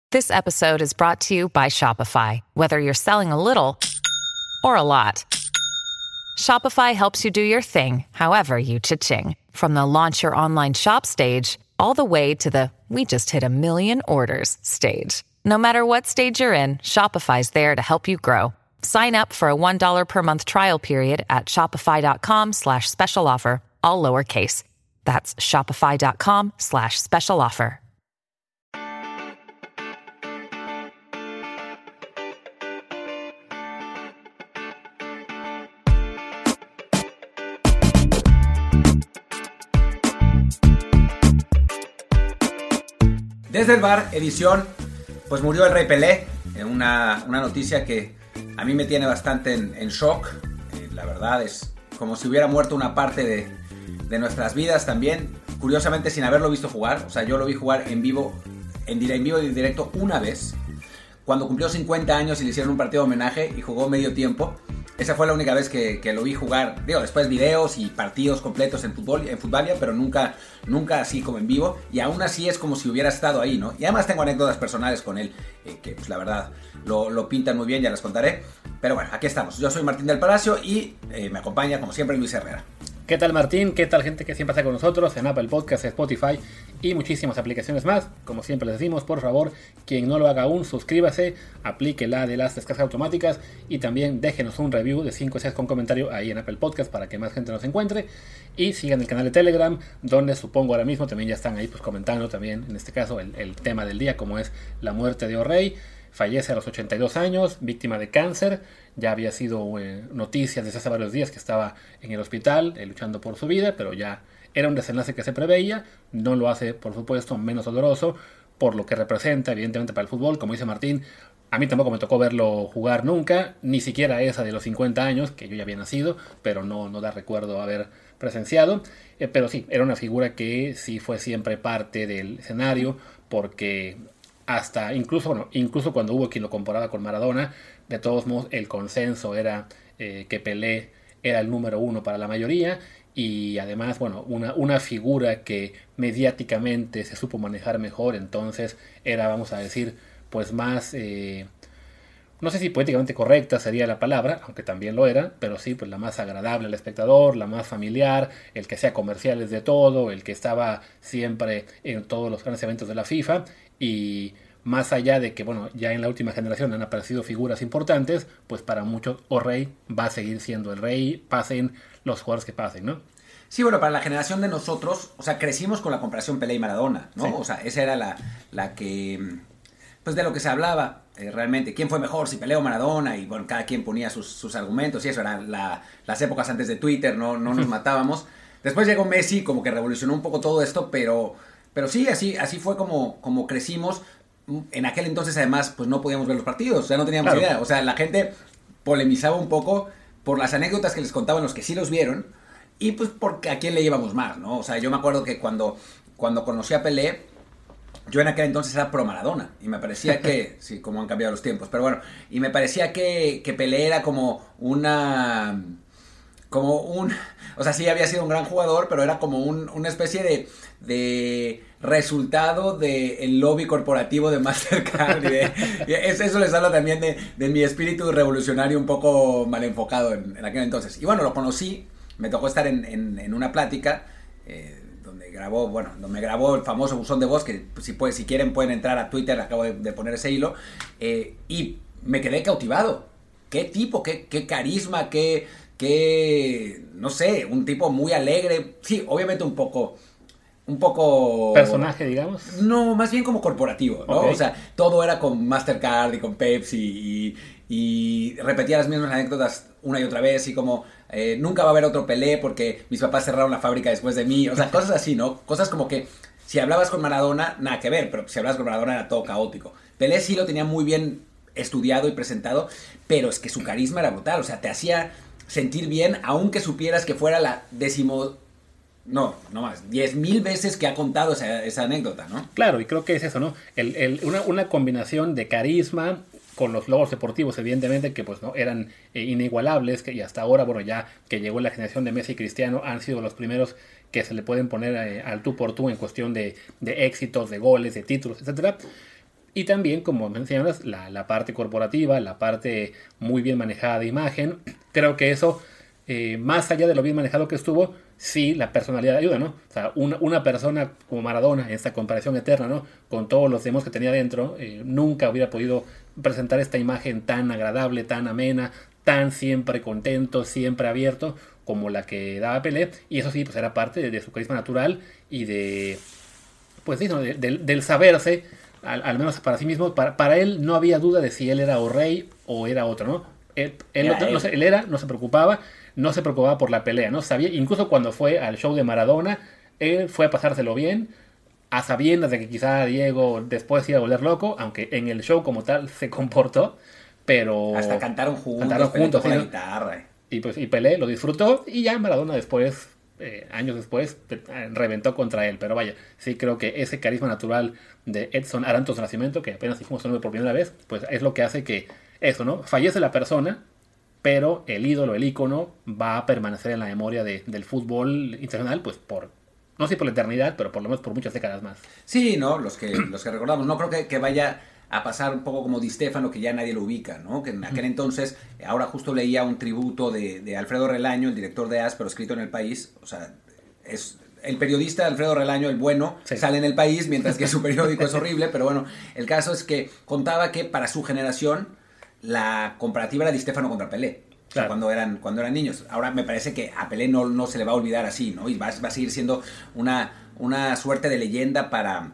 This episode is brought to you by Shopify. Whether you're selling a little or a lot, Shopify helps you do your thing, however you cha-ching. From the launch your online shop stage, all the way to the we just hit 1 million orders stage. No matter what stage you're in, Shopify's there to help you grow. Sign up for a $1 per month trial period at shopify.com/special offer, all lowercase. That's shopify.com/special offer. Desde el bar, edición, pues murió el Rey Pelé, una noticia que a mí me tiene bastante en shock. La verdad es como si hubiera muerto una parte de nuestras vidas también, curiosamente sin haberlo visto jugar. O sea, yo lo vi jugar en vivo y en directo una vez, cuando cumplió 50 años y le hicieron un partido de homenaje y jugó medio tiempo. Esa fue la única vez que lo vi jugar. Digo, después videos y partidos completos en Futbalia, pero nunca así como en vivo. Y aún así es como si hubiera estado ahí, ¿no? Y además tengo anécdotas personales con él, que pues la verdad lo pintan muy bien, ya las contaré. Pero bueno, aquí estamos. Yo soy Martín del Palacio y me acompaña, como siempre, Luis Herrera. ¿Qué tal, Martín? ¿Qué tal, gente que siempre está con nosotros en Apple Podcasts, Spotify y muchísimas aplicaciones más? Como siempre les decimos, por favor, quien no lo haga aún, suscríbase, aplique la de las descargas automáticas y también déjenos un review de 5 estrellas con comentario ahí en Apple Podcasts para que más gente nos encuentre. Y sigan el canal de Telegram, donde supongo ahora mismo también ya están ahí pues comentando también, en este caso, el tema del día, como es la muerte de O'Reilly. Fallece a los 82 años, víctima de cáncer. Ya había sido noticia desde hace varios días que estaba en el hospital luchando por su vida, pero ya era un desenlace que se preveía. No lo hace, por supuesto, menos doloroso por lo que representa, evidentemente, para el fútbol. Como dice Martín, a mí tampoco me tocó verlo jugar nunca, ni siquiera esa de los 50 años, que yo ya había nacido, pero no da recuerdo haber presenciado. Pero sí, era una figura que sí fue siempre parte del escenario, porque hasta incluso cuando hubo quien lo comparaba con Maradona, de todos modos el consenso era que Pelé era el número uno para la mayoría, y además, bueno, una figura que mediáticamente se supo manejar mejor. Entonces era, vamos a decir, pues más, no sé si poéticamente correcta sería la palabra, aunque también lo era, pero sí, pues la más agradable al espectador, la más familiar, el que sea comerciales de todo, el que estaba siempre en todos los grandes eventos de la FIFA. Y más allá de que, bueno, ya en la última generación han aparecido figuras importantes, pues para muchos O'Reilly va a seguir siendo el rey, pasen los jugadores que pasen, ¿no? Sí, bueno, para la generación de nosotros, o sea, crecimos con la comparación Pelé y Maradona, ¿no? Sí. O sea, esa era la que, pues de lo que se hablaba realmente. ¿Quién fue mejor, si Pelé o Maradona? Y bueno, cada quien ponía sus argumentos y eso eran las épocas antes de Twitter, no nos matábamos. Después llegó Messi, como que revolucionó un poco todo esto, pero sí, así fue como crecimos. En aquel entonces, además, pues no podíamos ver los partidos, o sea, no teníamos idea. O sea, la gente polemizaba un poco por las anécdotas que les contaban los que sí los vieron, y pues porque a quién le íbamos más, ¿no? O sea, yo me acuerdo que cuando conocí a Pelé, yo en aquel entonces era pro Maradona, y me parecía que, sí, como han cambiado los tiempos, pero bueno, y me parecía que Pelé era o sea, sí había sido un gran jugador, pero era como una especie de resultado del lobby corporativo de Mastercard. Y eso les habla también de mi espíritu revolucionario un poco mal enfocado en aquel entonces. Y bueno, lo conocí, me tocó estar en una plática donde me grabó el famoso buzón de voz, que si quieren pueden entrar a Twitter, acabo de poner ese hilo, y me quedé cautivado. Qué tipo, qué carisma, qué no sé, un tipo muy alegre. Sí, obviamente un poco personaje, digamos. No, más bien como corporativo, ¿no? Okay. O sea, todo era con Mastercard y con Pepsi y repetía las mismas anécdotas una y otra vez, y como nunca va a haber otro Pelé porque mis papás cerraron la fábrica después de mí. O sea, cosas así, ¿no? Cosas como que si hablabas con Maradona, nada que ver, pero si hablabas con Maradona era todo caótico. Pelé sí lo tenía muy bien estudiado y presentado, pero es que su carisma era brutal. O sea, te hacía sentir bien, aunque supieras que fuera la 10,000 veces que ha contado esa anécdota, ¿no? Claro, y creo que es eso, ¿no? Una combinación de carisma con los logros deportivos, evidentemente, que pues no eran inigualables, y hasta ahora, bueno, ya que llegó la generación de Messi y Cristiano, han sido los primeros que se le pueden poner al tú por tú en cuestión de éxitos, de goles, de títulos, etcétera. Y también, como mencionas, la parte corporativa, la parte muy bien manejada de imagen. Creo que eso, más allá de lo bien manejado que estuvo, sí, la personalidad ayuda, ¿no? O sea, una persona como Maradona, en esta comparación eterna, ¿no? Con todos los demás que tenía dentro, nunca hubiera podido presentar esta imagen tan agradable, tan amena, tan siempre contento, siempre abierto, como la que daba Pelé. Y eso sí, pues era parte de su carisma natural y de, pues sí, ¿no? Del saberse, al menos para sí mismo. Para él no había duda de si él era o rey o era otro, ¿no? Él no se preocupaba por la pelea, ¿no? Sabía, incluso cuando fue al show de Maradona, él fue a pasárselo bien, a sabiendas de que quizá Diego después iba a volver loco, aunque en el show como tal se comportó, pero... Hasta cantaron juntos con la guitarra. Y Pelé lo disfrutó, y ya Maradona después, años después, reventó contra él. Pero vaya, sí creo que ese carisma natural de Edson Arantes Nascimento, que apenas dijimos su nombre por primera vez, pues es lo que hace que eso, ¿no? Fallece la persona, pero el ídolo, el ícono, va a permanecer en la memoria del fútbol internacional, pues no sé por la eternidad, pero por lo menos por muchas décadas más. Sí, ¿no? Los que recordamos. No creo que vaya a pasar un poco como Di Stéfano, que ya nadie lo ubica, ¿no? Que en aquel entonces, ahora justo leía un tributo de Alfredo Relaño, el director de AS, pero escrito en El País. O sea, es el periodista Alfredo Relaño, el bueno, sí, sale en El País, mientras que su periódico es horrible. Pero bueno, el caso es que contaba que para su generación la comparativa era Di Stéfano contra Pelé. O sea, cuando eran niños. Ahora me parece que a Pelé no se le va a olvidar así, ¿no? Y va a seguir siendo una suerte de leyenda para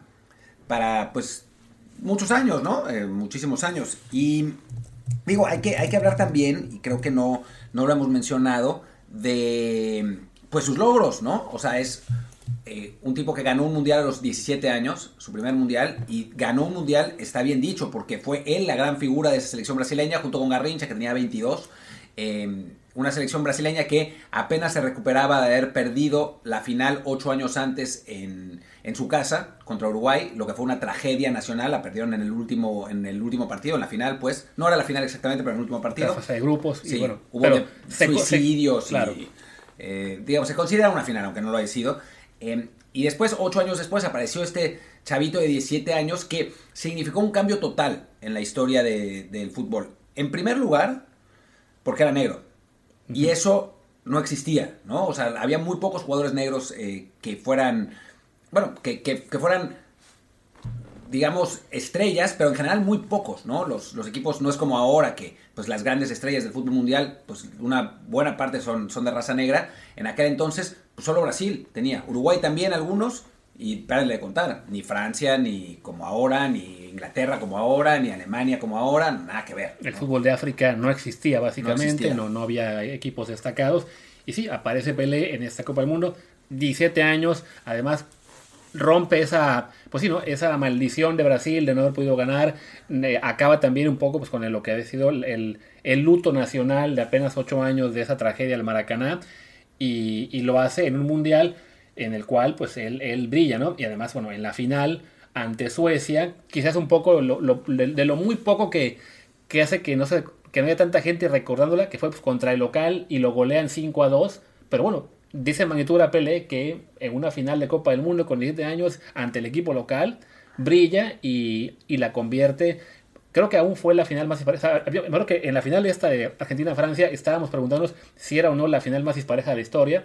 pues muchos años, ¿no? Muchísimos años. Y digo, hay que hablar también, y creo que no lo hemos mencionado, de pues sus logros, ¿no? O sea, es un tipo que ganó un mundial a los 17 años, su primer mundial, y ganó un mundial, está bien dicho, porque fue él la gran figura de esa selección brasileña, junto con Garrincha, que tenía 22. Una selección brasileña que apenas se recuperaba de haber perdido la final 8 años antes en su casa contra Uruguay, lo que fue una tragedia nacional. La perdieron en el último partido, en la final, pues no era la final exactamente, pero en el último partido. La fase de grupos, sí, y bueno, hubo suicidios, claro. Y digamos, se considera una final, aunque no lo haya sido. Y después, 8 años después, apareció este chavito de 17 años que significó un cambio total en la historia del fútbol. En primer lugar, porque era negro. Uh-huh. Y eso no existía, ¿no? O sea, había muy pocos jugadores negros que fueran, bueno, que fueran, digamos, estrellas, pero en general muy pocos, ¿no? Los equipos no es como ahora que, pues, las grandes estrellas del fútbol mundial, pues, una buena parte son de raza negra. En aquel entonces, pues, solo Brasil tenía. Uruguay también algunos, y párenle de contar, ni Francia, ni como ahora, ni Inglaterra como ahora, ni Alemania como ahora, nada que ver, ¿no? El fútbol de África no existía básicamente, no había equipos destacados. Y sí, aparece Pelé en esta Copa del Mundo, 17 años, además rompe esa maldición de Brasil de no haber podido ganar. Acaba también un poco pues con lo que ha sido el luto nacional de apenas 8 años de esa tragedia del Maracaná, y lo hace en un mundial en el cual pues él brilla, ¿no? Y además, bueno, en la final ante Suecia, quizás un poco de lo muy poco que hace que no haya tanta gente recordándola, que fue pues contra el local y lo golean 5-2, pero bueno, dice magnitud a Pelé que en una final de Copa del Mundo con 17 años ante el equipo local brilla y la convierte. Creo que aún fue la final más dispareja. Me acuerdo que en la final esta de Argentina-Francia estábamos preguntándonos si era o no la final más dispareja de la historia,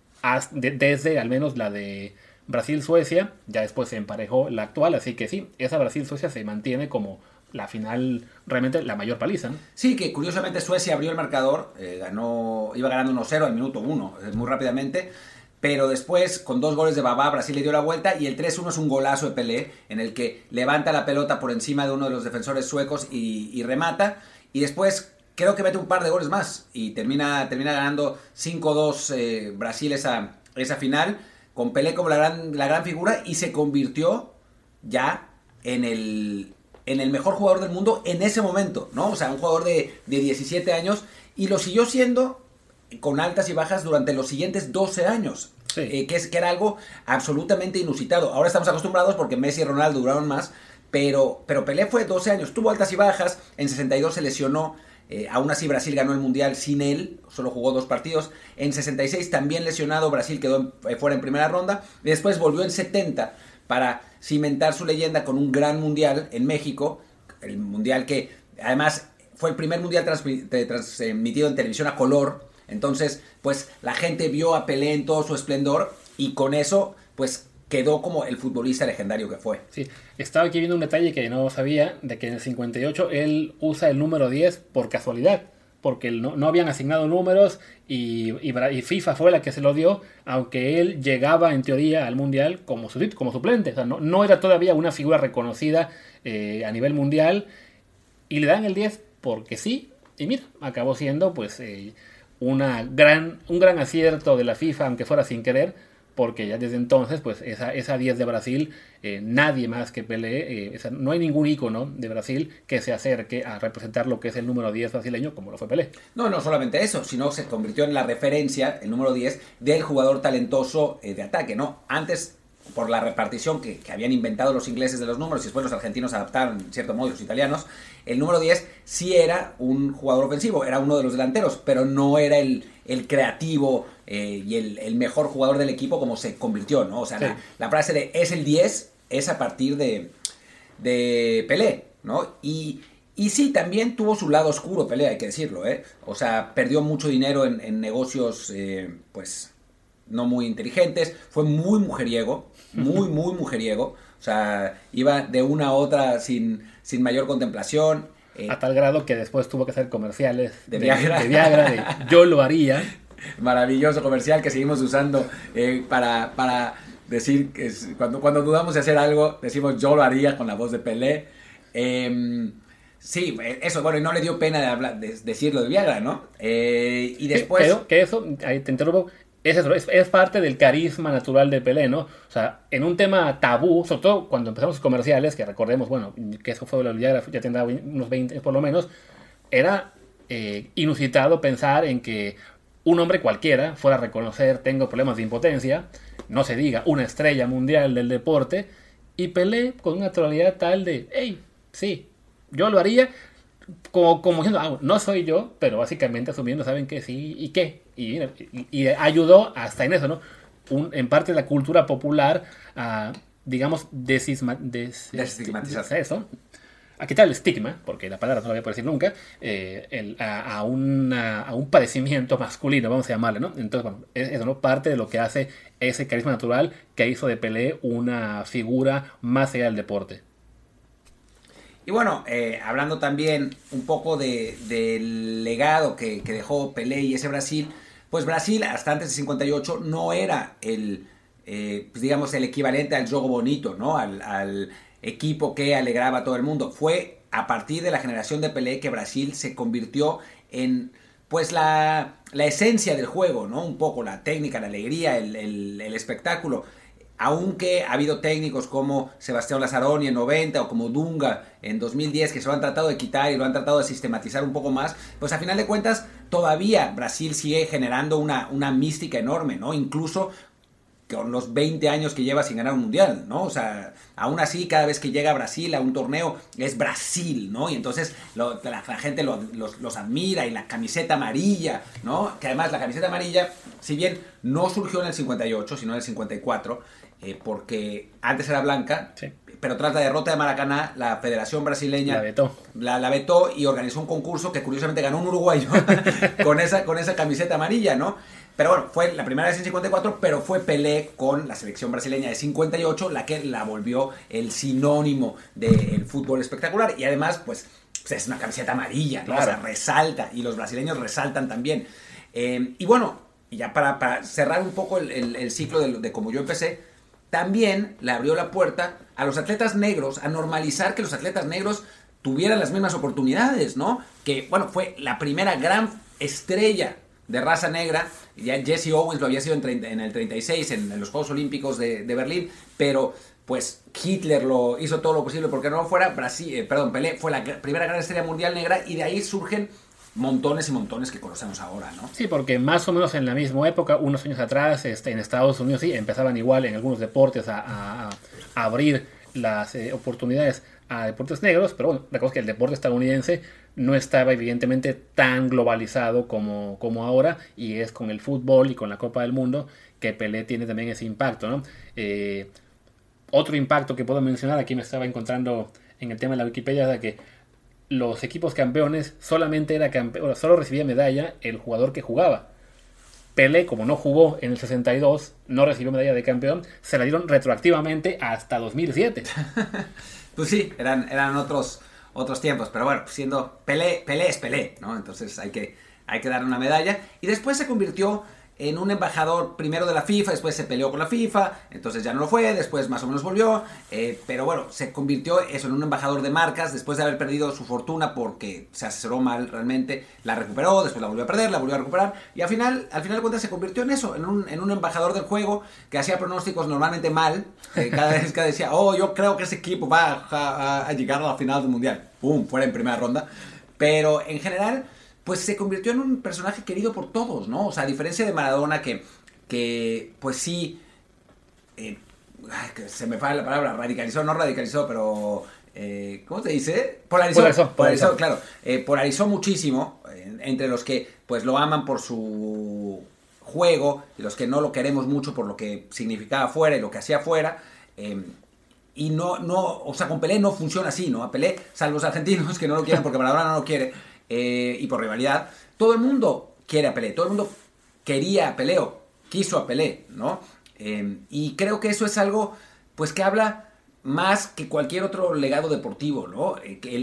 desde al menos la de Brasil-Suecia. Ya después se emparejó la actual, así que sí, esa Brasil-Suecia se mantiene como la final, realmente la mayor paliza, ¿no? Sí, que curiosamente Suecia abrió el marcador, iba ganando 1-0 al minuto 1, muy rápidamente, pero después con 2 goles de Babá, Brasil le dio la vuelta, y el 3-1 es un golazo de Pelé, en el que levanta la pelota por encima de uno de los defensores suecos y remata, y después creo que mete un par de goles más, y termina ganando 5-2 Brasil esa final, con Pelé como la gran figura, y se convirtió ya en el mejor jugador del mundo en ese momento, ¿no? O sea, un jugador de 17 años, y lo siguió siendo con altas y bajas durante los siguientes 12 años, sí. Que era algo absolutamente inusitado. Ahora estamos acostumbrados porque Messi y Ronaldo duraron más, pero Pelé fue 12 años, tuvo altas y bajas, en 62 se lesionó, aún así Brasil ganó el Mundial sin él, solo jugó 2 partidos, en 66 también lesionado, Brasil quedó fuera en primera ronda, y después volvió en 70, para cimentar su leyenda con un gran mundial en México, el mundial que además fue el primer mundial transmitido en televisión a color. Entonces, pues la gente vio a Pelé en todo su esplendor y con eso, pues quedó como el futbolista legendario que fue. Sí, estaba aquí viendo un detalle que no sabía, de que en el 58 él usa el número 10 por casualidad, porque no habían asignado números y FIFA fue la que se lo dio, aunque él llegaba en teoría al Mundial como suplente. O sea, no era todavía una figura reconocida a nivel mundial, y le dan el 10 porque sí, y mira, acabó siendo pues un gran acierto de la FIFA, aunque fuera sin querer, porque ya desde entonces, pues esa 10 de Brasil, nadie más que Pelé, no hay ningún ícono de Brasil que se acerque a representar lo que es el número 10 brasileño como lo fue Pelé. No solamente eso, sino se convirtió en la referencia, el número 10, del jugador talentoso de ataque, ¿no? Antes, por la repartición que habían inventado los ingleses de los números y después los argentinos adaptaron, en cierto modo, y los italianos, el número 10 sí era un jugador ofensivo, era uno de los delanteros, pero no era el creativo y el mejor jugador del equipo como se convirtió, ¿no? O sea, sí. la frase de es el 10 es a partir de Pelé, ¿no? Y sí, también tuvo su lado oscuro Pelé, hay que decirlo, ¿eh? O sea, perdió mucho dinero en negocios, pues, no muy inteligentes, fue muy mujeriego, muy mujeriego, o sea, iba de una a otra sin mayor contemplación. A tal grado que después tuvo que hacer comerciales de Viagra, de yo lo haría. Maravilloso comercial que seguimos usando para decir que cuando dudamos de hacer algo, decimos yo lo haría con la voz de Pelé. Sí, eso, bueno, y no le dio pena de decirlo de Viagra, ¿no? Y después... Pero que eso, ahí te interrumpo, es parte del carisma natural de Pelé, ¿no? O sea, en un tema tabú, sobre todo cuando empezamos los comerciales, que recordemos, bueno, que eso fue lo de Viagra, ya tendrá unos 20 por lo menos, era inusitado pensar en que un hombre cualquiera fuera a reconocer tengo problemas de impotencia, no se diga una estrella mundial del deporte, y Pelé con una naturalidad tal de, hey, sí, yo lo haría, como diciendo, no soy yo, pero básicamente asumiendo, saben que sí, y qué, y ayudó hasta en eso, ¿no? En parte de la cultura popular a, digamos, desestigmatizar eso, a quitar el estigma, porque la palabra no la voy a poder decir nunca, a un padecimiento masculino, vamos a llamarle, ¿no? Entonces, bueno, eso, ¿no? Parte de lo que hace ese carisma natural que hizo de Pelé una figura más allá del deporte. Y bueno, hablando también un poco del legado que dejó Pelé y ese Brasil, pues Brasil hasta antes de 58 no era pues digamos el equivalente al juego bonito, ¿no? Al equipo que alegraba a todo el mundo. Fue a partir de la generación de Pelé que Brasil se convirtió en pues la esencia del juego, ¿no? Un poco la técnica, la alegría, el espectáculo. Aunque ha habido técnicos como Sebastián Lazzaroni en 90 o como Dunga en 2010 que se lo han tratado de quitar y lo han tratado de sistematizar un poco más, pues a final de cuentas todavía Brasil sigue generando una mística enorme, ¿no? Incluso con los 20 años que lleva sin ganar un mundial, ¿no? O sea, aún así, cada vez que llega a Brasil a un torneo, es Brasil, ¿no? Y entonces la gente los admira, y la camiseta amarilla, ¿no? Que además la camiseta amarilla, si bien no surgió en el 58, sino en el 54, porque antes era blanca, sí. Pero tras la derrota de Maracaná, la Federación Brasileña la vetó y organizó un concurso que curiosamente ganó un uruguayo con esa camiseta amarilla, ¿no? Pero bueno, fue la primera vez en 54, pero fue Pelé con la selección brasileña de 58 la que la volvió el sinónimo del fútbol espectacular. Y además, pues es una camiseta amarilla, ¿no? Claro. O sea, resalta, y los brasileños resaltan también. Y bueno, ya para cerrar un poco el ciclo de cómo yo empecé, también le abrió la puerta a los atletas negros, a normalizar que los atletas negros tuvieran las mismas oportunidades, ¿no? Que, bueno, fue la primera gran estrella de raza negra. Ya Jesse Owens lo había sido en el 36 en los Juegos Olímpicos de Berlín, pero pues Hitler lo hizo todo lo posible porque no fuera. Pelé fue la primera gran estrella mundial negra, y de ahí surgen montones y montones que conocemos ahora, ¿no? Sí, porque más o menos en la misma época, unos años atrás, en Estados Unidos sí empezaban igual en algunos deportes a abrir las oportunidades a deportes negros, pero bueno, la cosa es que el deporte estadounidense no estaba evidentemente tan globalizado como ahora, y es con el fútbol y con la Copa del Mundo que Pelé tiene también ese impacto, ¿no? Otro impacto que puedo mencionar, aquí me estaba encontrando en el tema de la Wikipedia, era que los equipos campeones solamente era campeón, solo recibía medalla el jugador que jugaba. Pelé, como no jugó en el 62, no recibió medalla de campeón, se la dieron retroactivamente hasta 2007. Pues sí, eran otros tiempos, pero bueno, siendo Pelé es Pelé, ¿no? Entonces hay que darle una medalla. Y después se convirtió en un embajador primero de la FIFA, después se peleó con la FIFA, entonces ya no lo fue, después más o menos volvió, pero bueno, se convirtió eso en un embajador de marcas después de haber perdido su fortuna porque se asesoró mal realmente, la recuperó, después la volvió a perder, la volvió a recuperar y al final de cuentas se convirtió en eso, en un embajador del juego que hacía pronósticos normalmente mal, cada vez que decía, yo creo que ese equipo va a llegar a la final del mundial, ¡pum!, fuera en primera ronda, pero en general pues se convirtió en un personaje querido por todos, ¿no? O sea, a diferencia de Maradona que pues sí, se me falla la palabra, no radicalizó, pero, ¿cómo se dice? Polarizó, claro. Polarizó muchísimo entre los que pues lo aman por su juego y los que no lo queremos mucho por lo que significaba afuera y lo que hacía afuera. Y no, o sea, con Pelé no funciona así, ¿no? A Pelé, salvo los argentinos que no lo quieren porque Maradona no lo quiere, y por rivalidad, todo el mundo quiere a Pelé, todo el mundo quería a Pelé o quiso a Pelé, ¿no? Y creo que eso es algo, pues, que habla más que cualquier otro legado deportivo, ¿no?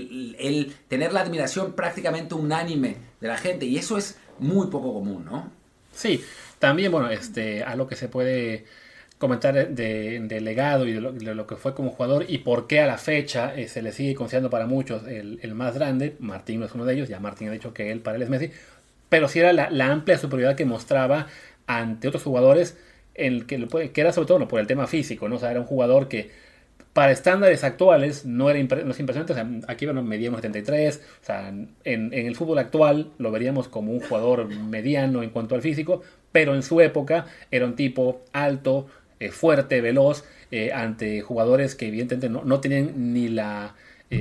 El tener la admiración prácticamente unánime de la gente, y eso es muy poco común, ¿no? Sí, también, bueno, a lo que se puede comentar del legado y de lo que fue como jugador y por qué a la fecha se le sigue considerando para muchos el más grande. Martín no es uno de ellos, ya Martín ha dicho que él para él es Messi, pero sí era la amplia superioridad que mostraba ante otros jugadores, que era sobre todo por el tema físico, ¿no? O sea, era un jugador que para estándares actuales no es impresionante. O sea, aquí medía 1,73, o sea, en el fútbol actual lo veríamos como un jugador mediano en cuanto al físico, pero en su época era un tipo alto, fuerte, veloz, ante jugadores que evidentemente no tenían ni la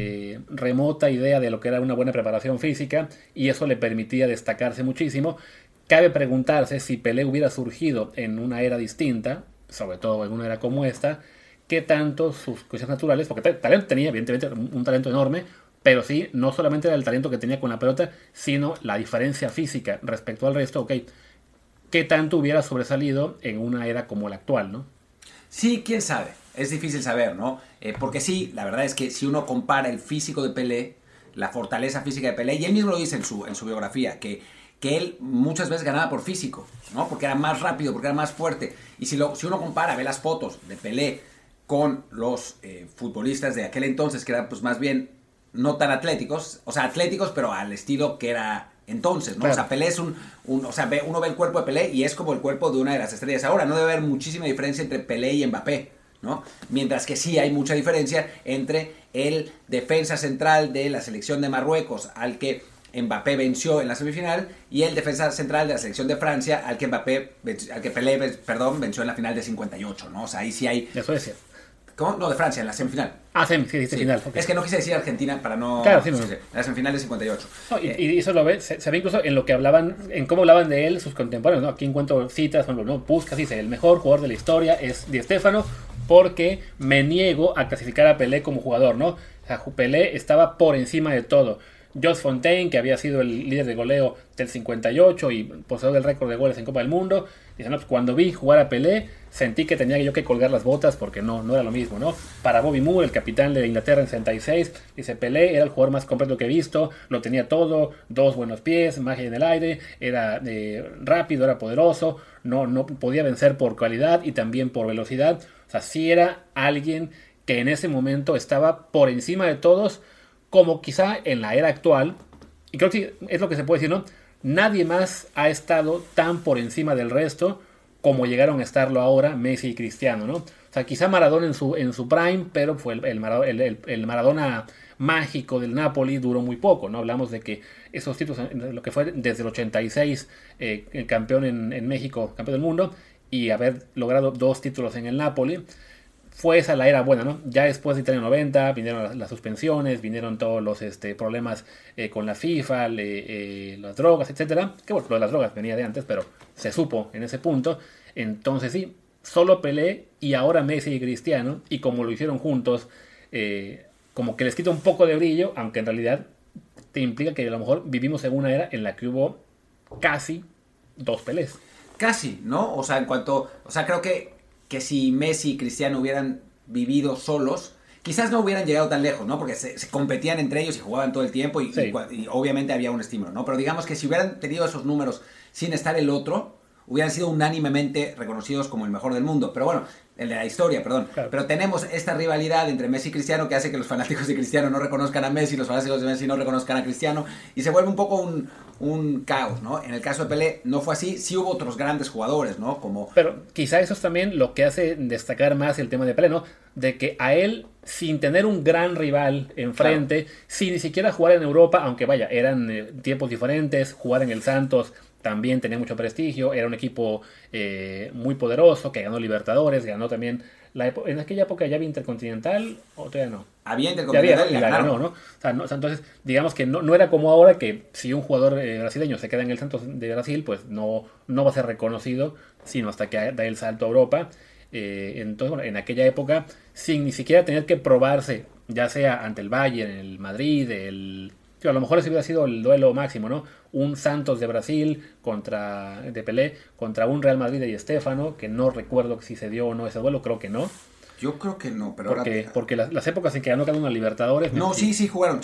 remota idea de lo que era una buena preparación física, y eso le permitía destacarse muchísimo. Cabe preguntarse si Pelé hubiera surgido en una era distinta, sobre todo en una era como esta, qué tanto sus cosas naturales, porque talento tenía, evidentemente, un talento enorme, pero sí, no solamente era el talento que tenía con la pelota, sino la diferencia física respecto al resto. Ok, qué tanto hubiera sobresalido en una era como la actual, ¿no? Sí, quién sabe. Es difícil saber, ¿no? Porque sí, la verdad es que si uno compara el físico de Pelé, la fortaleza física de Pelé, y él mismo lo dice en su biografía, que él muchas veces ganaba por físico, ¿no? Porque era más rápido, porque era más fuerte. Y si uno compara, ve las fotos de Pelé con los futbolistas de aquel entonces, que eran pues más bien no tan atléticos, o sea, atléticos, pero al estilo que era entonces, ¿no? Claro. O sea, Pelé es o sea, uno ve el cuerpo de Pelé y es como el cuerpo de una de las estrellas. Ahora, no debe haber muchísima diferencia entre Pelé y Mbappé, ¿no? Mientras que sí hay mucha diferencia entre el defensa central de la selección de Marruecos, al que Mbappé venció en la semifinal, y el defensa central de la selección de Francia, al que Pelé venció en la final de 58, ¿no? O sea, ahí sí hay... De Suecia. ¿Cómo? No, de Francia, en la semifinal. Sí, final. Okay. Es que no quise decir Argentina para no... Claro, sí, no. En la semifinal de 58. No, y eso se ve incluso en lo que hablaban, en cómo hablaban de él sus contemporáneos, ¿no? Aquí encuentro citas, por ejemplo, ¿no? Puskas dice, el mejor jugador de la historia es Di Stéfano, porque me niego a clasificar a Pelé como jugador, ¿no? O sea, Pelé estaba por encima de todo. Jos Fontaine, que había sido el líder de goleo del 58 y poseedor del récord de goles en Copa del Mundo, dice, no, pues cuando vi jugar a Pelé, sentí que tenía yo que colgar las botas porque no era lo mismo, ¿no? Para Bobby Moore, el capitán de Inglaterra en 66, dice, Pelé era el jugador más completo que he visto, lo tenía todo, 2 buenos pies, magia en el aire, era rápido, era poderoso, no podía vencer por cualidad y también por velocidad. O sea, sí era alguien que en ese momento estaba por encima de todos, como quizá en la era actual, y creo que es lo que se puede decir, ¿no? Nadie más ha estado tan por encima del resto como llegaron a estarlo ahora Messi y Cristiano, ¿no? O sea, quizá Maradona en su prime, pero fue el Maradona mágico del Napoli duró muy poco, ¿no? Hablamos de que esos títulos, lo que fue desde el 86, el campeón en México, campeón del mundo, y haber logrado 2 títulos en el Napoli, fue esa la era buena, ¿no? Ya después de Italia 90 vinieron las suspensiones, vinieron todos los problemas con la FIFA, las drogas, etcétera. Que bueno, lo de las drogas venía de antes, pero se supo en ese punto. Entonces sí, solo Pelé y ahora Messi y Cristiano, y como lo hicieron juntos, como que les quita un poco de brillo, aunque en realidad te implica que a lo mejor vivimos en una era en la que hubo casi 2 Pelés. Casi, ¿no? O sea, creo que si Messi y Cristiano hubieran vivido solos, quizás no hubieran llegado tan lejos, ¿no? Porque se competían entre ellos y jugaban todo el tiempo y obviamente había un estímulo, ¿no? Pero digamos que si hubieran tenido esos números sin estar el otro, hubieran sido unánimemente reconocidos como el mejor del mundo. Pero bueno, el de la historia, perdón. Claro. Pero tenemos esta rivalidad entre Messi y Cristiano que hace que los fanáticos de Cristiano no reconozcan a Messi, los fanáticos de Messi no reconozcan a Cristiano, y se vuelve un poco un caos, ¿no? En el caso de Pelé no fue así, sí hubo otros grandes jugadores, ¿no? Pero quizá eso es también lo que hace destacar más el tema de Pelé, ¿no? De que a él, sin tener un gran rival enfrente, claro, sin ni siquiera jugar en Europa, aunque vaya, eran tiempos diferentes, jugar en el Santos también tenía mucho prestigio, era un equipo muy poderoso, que ganó Libertadores, ganó también, en aquella época ya había Intercontinental, o todavía no. Había Intercontinental y la ganó, ¿no? O sea, entonces, digamos que no era como ahora que si un jugador brasileño se queda en el Santos de Brasil, pues no va a ser reconocido, sino hasta que da el salto a Europa. Entonces, bueno, en aquella época, sin ni siquiera tener que probarse, ya sea ante el Bayern, el Madrid, a lo mejor ese hubiera sido el duelo máximo, ¿no? Un Santos de Brasil de Pelé contra un Real Madrid de Di Stéfano, que no recuerdo si se dio o no ese duelo, creo que no. Yo creo que no, pero porque las épocas en que ganó cada uno Libertadores... No, sí jugaron.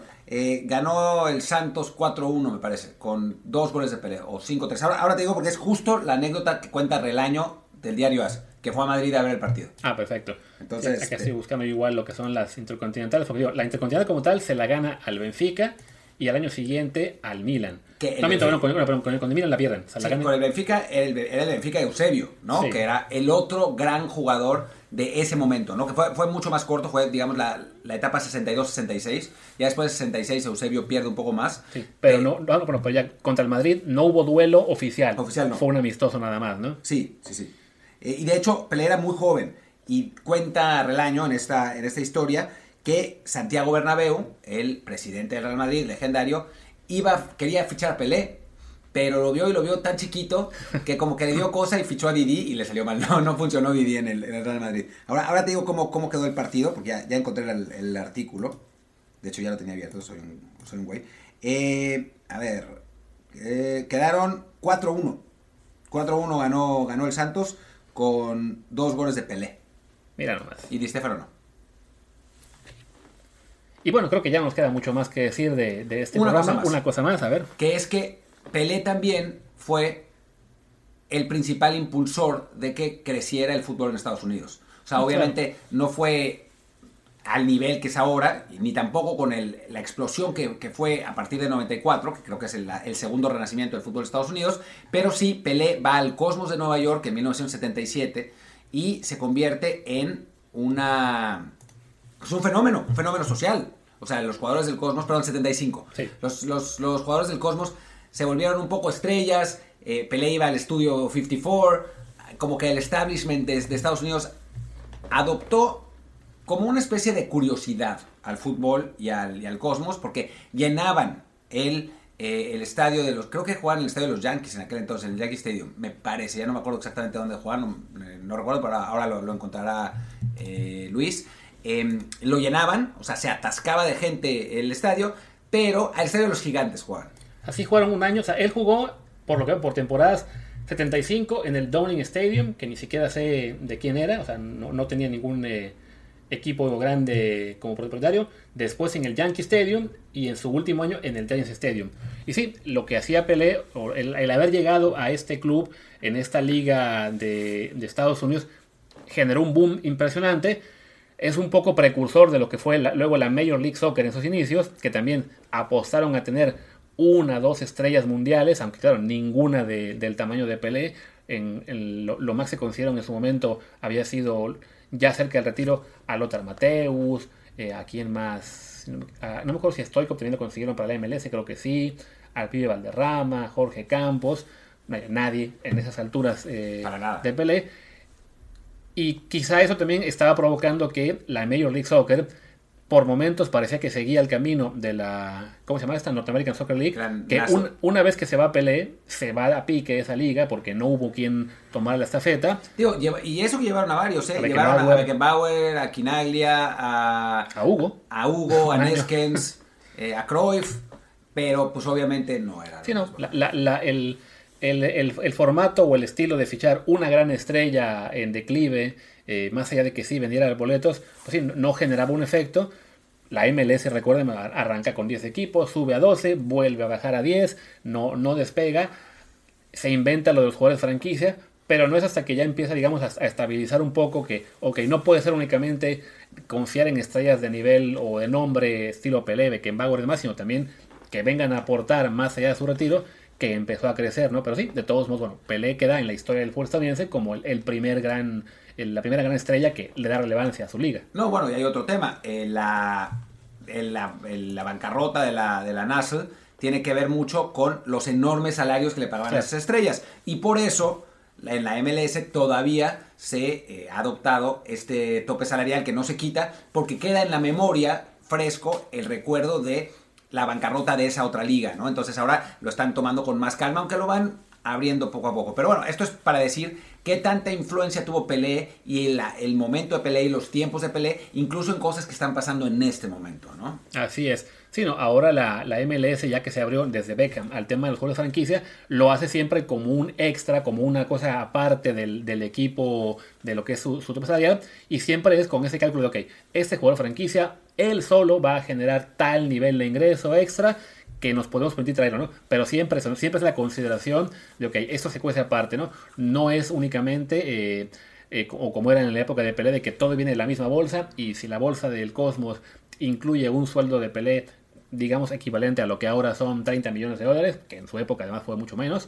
Ganó el Santos 4-1, me parece, con 2 goles de Pelé, o 5-3. Ahora te digo porque es justo la anécdota que cuenta Relaño del diario AS, que fue a Madrid a ver el partido. Ah, perfecto. Entonces, acá estoy buscando igual lo que son las intercontinentales, porque digo, la intercontinental como tal se la gana al Benfica y al año siguiente al Milan. Con el Milan la pierden. O sea, con el Benfica era el Benfica de Eusebio, ¿no? Sí. Que era el otro gran jugador de ese momento, ¿no? Que fue mucho más corto, fue, digamos, la etapa 62-66. Ya después de 66 Eusebio pierde un poco más. Sí, pero pero ya contra el Madrid no hubo duelo oficial. Oficial no. Fue un amistoso nada más, ¿no? Sí. Y de hecho, Pelé era muy joven. Y cuenta Relaño en esta historia que Santiago Bernabéu, el presidente del Real Madrid, legendario, quería fichar a Pelé, pero lo vio tan chiquito que como que le dio cosa y fichó a Didi y le salió mal. No funcionó Didi en el Real Madrid. Ahora te digo cómo quedó el partido, porque ya encontré el artículo. De hecho ya lo tenía abierto, soy un güey. Quedaron 4-1. 4-1 ganó el Santos con 2 goles de Pelé. Mira nomás. Y Di Stéfano no. Y bueno, creo que ya nos queda mucho más que decir de este programa. Una cosa más, a ver. Que es que Pelé también fue el principal impulsor de que creciera el fútbol en Estados Unidos. O sea, obviamente no fue al nivel que es ahora, ni tampoco con la explosión que fue a partir de 94, que creo que es el segundo renacimiento del fútbol de Estados Unidos, pero sí, Pelé va al Cosmos de Nueva York en 1977 y se convierte en un fenómeno social. O sea, los jugadores del Cosmos, perdón, 75. Sí. Los jugadores del Cosmos se volvieron un poco estrellas. Pelé iba al estudio 54. Como que el establishment de Estados Unidos adoptó como una especie de curiosidad al fútbol y al Cosmos, porque llenaban el estadio de los... Creo que jugaban en el estadio de los Yankees en aquel entonces, en el Yankee Stadium, me parece. Ya no me acuerdo exactamente dónde jugaban, no recuerdo, pero ahora lo encontrará Luis. Lo llenaban, o sea, se atascaba de gente el estadio, pero al estadio de los Gigantes jugaban. Así jugaron un año, o sea, él jugó por temporadas 75 en el Downing Stadium, que ni siquiera sé de quién era, o sea, no tenía ningún equipo grande como propietario. Después en el Yankee Stadium y en su último año en el Giants Stadium. Y sí, lo que hacía Pelé, el haber llegado a este club en esta liga de Estados Unidos, generó un boom impresionante. Es un poco precursor de lo que fue luego la Major League Soccer en sus inicios, que también apostaron a tener 1 o 2 estrellas mundiales, aunque claro, ninguna del tamaño de Pelé. Lo más que consiguieron en su momento había sido, ya cerca del retiro, a Lothar Matthäus, a quién más, no me acuerdo si Stoichkov también lo consiguieron para la MLS, creo que sí, al pibe Valderrama, Jorge Campos, nadie en esas alturas de Pelé. Y quizá eso también estaba provocando que la Major League Soccer por momentos parecía que seguía el camino de la, ¿cómo se llama esta? North American Soccer League, que una vez que se va a Pelé, se va a pique esa liga porque no hubo quien tomar la estafeta. Digo, y eso que llevaron a varios, llevaron a Beckenbauer, a Quinaglia, a Hugo, a Neskens, a Cruyff, pero pues obviamente no era. Sí, no, el formato o el estilo de fichar una gran estrella en declive, más allá de que sí vendiera boletos, pues sí, no generaba un efecto. La MLS, recuerden, arranca con 10 equipos, sube a 12, vuelve a bajar a 10, no despega, se inventa lo de los jugadores franquicia, pero no es hasta que ya empieza, digamos, a estabilizar un poco que, ok, no puede ser únicamente confiar en estrellas de nivel o de nombre estilo Pelé, Beckenbauer y demás, sino también que vengan a aportar más allá de su retiro, que empezó a crecer, ¿no? Pero sí, de todos modos, bueno, Pelé queda en la historia del fútbol estadounidense como la primera gran estrella que le da relevancia a su liga. No, bueno, y hay otro tema. La bancarrota de la NASL tiene que ver mucho con los enormes salarios que le pagaban a esas estrellas. Y por eso, en la MLS todavía se ha adoptado este tope salarial que no se quita, porque queda en la memoria fresco el recuerdo de la bancarrota de esa otra liga, ¿no? Entonces ahora lo están tomando con más calma, aunque lo van abriendo poco a poco. Pero bueno, esto es para decir qué tanta influencia tuvo Pelé y el momento de Pelé y los tiempos de Pelé, incluso en cosas que están pasando en este momento, ¿no? Así es. Sí, no, ahora la MLS, ya que se abrió desde Beckham al tema de los juegos de franquicia, lo hace siempre como un extra, como una cosa aparte del equipo, de lo que es su tope salarial, y siempre es con ese cálculo de, ok, este jugador de franquicia, él solo va a generar tal nivel de ingreso extra que nos podemos permitir traerlo, ¿no? Pero siempre es la consideración de, ok, esto se cuece aparte, ¿no? No es únicamente, o como era en la época de Pelé, de que todo viene de la misma bolsa, y si la bolsa del Cosmos incluye un sueldo de Pelé, digamos, equivalente a lo que ahora son 30 millones de dólares, que en su época además fue mucho menos,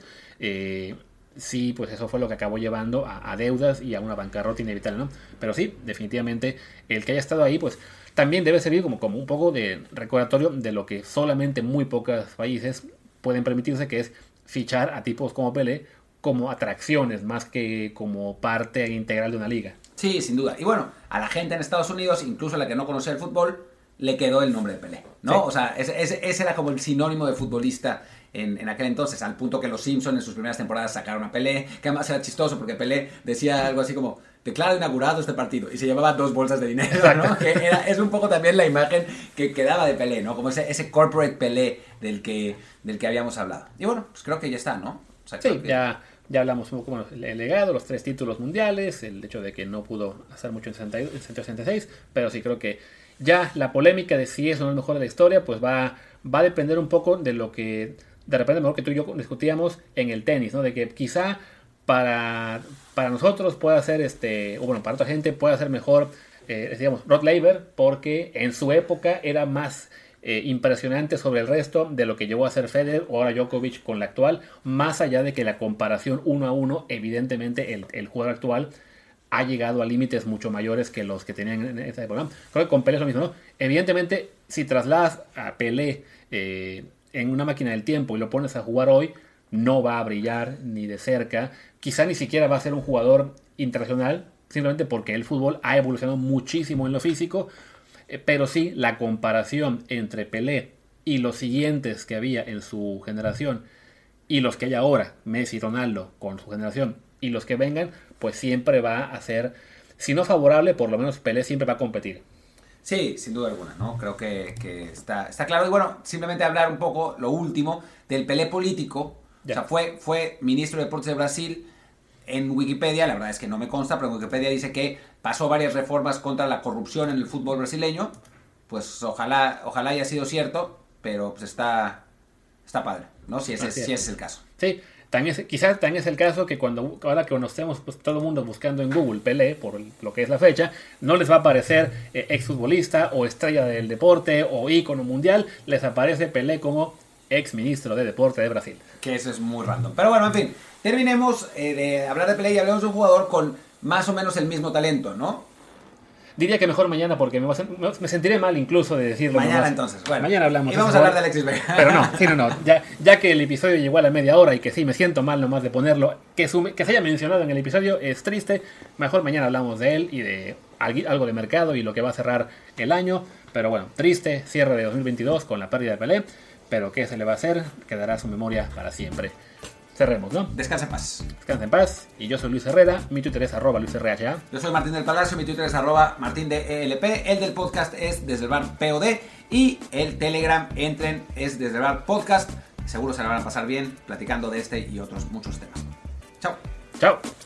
sí, pues eso fue lo que acabó llevando a deudas y a una bancarrota inevitable, ¿no? Pero sí, definitivamente, el que haya estado ahí, pues también debe servir como un poco de recordatorio de lo que solamente muy pocos países pueden permitirse, que es fichar a tipos como Pelé como atracciones, más que como parte integral de una liga. Sí, sin duda. Y bueno, a la gente en Estados Unidos, incluso a la que no conocía el fútbol, le quedó el nombre de Pelé, ¿no? Sí. O sea, ese era como el sinónimo de futbolista en aquel entonces, al punto que los Simpsons en sus primeras temporadas sacaron a Pelé, que además era chistoso porque Pelé decía algo así como, declaro inaugurado este partido, y se llevaba 2 bolsas de dinero, ¿no? Que es un poco también la imagen que quedaba de Pelé, ¿no? Como ese corporate Pelé del que habíamos hablado. Y bueno, pues creo que ya está, ¿no? O sea, sí, ya hablamos un poco, bueno, el legado, los 3 títulos mundiales, el hecho de que no pudo hacer mucho en 166, pero sí creo que ya la polémica de si es o no el mejor de la historia, pues va a depender un poco de lo que de repente mejor que tú y yo discutíamos en el tenis, ¿no? De que quizá para nosotros pueda ser, o bueno, para otra gente pueda ser mejor, digamos, Rod Laver, porque en su época era más impresionante sobre el resto de lo que llegó a ser Federer o ahora Djokovic con la actual, más allá de que la comparación 1 a 1, evidentemente el jugador actual ha llegado a límites mucho mayores que los que tenían en esa época, ¿no? Creo que con Pelé es lo mismo, ¿no? Evidentemente, si trasladas a Pelé en una máquina del tiempo y lo pones a jugar hoy, no va a brillar ni de cerca, quizá ni siquiera va a ser un jugador internacional, simplemente porque el fútbol ha evolucionado muchísimo en lo físico, pero sí la comparación entre Pelé y los siguientes que había en su generación y los que hay ahora, Messi, Ronaldo, con su generación, y los que vengan, pues siempre va a ser, si no favorable, por lo menos Pelé siempre va a competir. Sí, sin duda alguna, ¿no? Creo que está claro. Y bueno, simplemente hablar un poco, lo último, del Pelé político. Ya. O sea, fue ministro de Deportes de Brasil. En Wikipedia, la verdad es que no me consta, pero en Wikipedia dice que pasó varias reformas contra la corrupción en el fútbol brasileño. Pues ojalá haya sido cierto, pero pues está padre, ¿no? Si ese es el caso. Sí. Quizás también es el caso que ahora que conocemos pues, todo el mundo buscando en Google Pelé, por lo que es la fecha, no les va a aparecer exfutbolista o estrella del deporte o ícono mundial, les aparece Pelé como exministro de Deporte de Brasil. Que eso es muy random. Pero bueno, en fin, terminemos de hablar de Pelé y hablemos de un jugador con más o menos el mismo talento, ¿no? Diría que mejor mañana porque me sentiré mal incluso de decirlo. Mañana nomás. Entonces, bueno. Mañana hablamos. Y vamos a hablar de Alexis Vega. Pero no. Ya que el episodio llegó a la media hora y que sí, me siento mal nomás de ponerlo, que se haya mencionado en el episodio es triste. Mejor mañana hablamos de él y de algo de mercado y lo que va a cerrar el año. Pero bueno, triste cierre de 2022 con la pérdida de Pelé, pero ¿qué se le va a hacer? Quedará su memoria para siempre. Cerremos, ¿no? Descansa en paz. Descansa en paz. Y yo soy Luis Herrera. Mi Twitter es @LuisRHA. Yo soy Martín del Palacio. Mi Twitter es @MartinDelp. El del podcast es Desde el Bar POD. Y el Telegram, entren, es Desde el Bar Podcast. Seguro se la van a pasar bien platicando de este y otros muchos temas. Chao. Chao.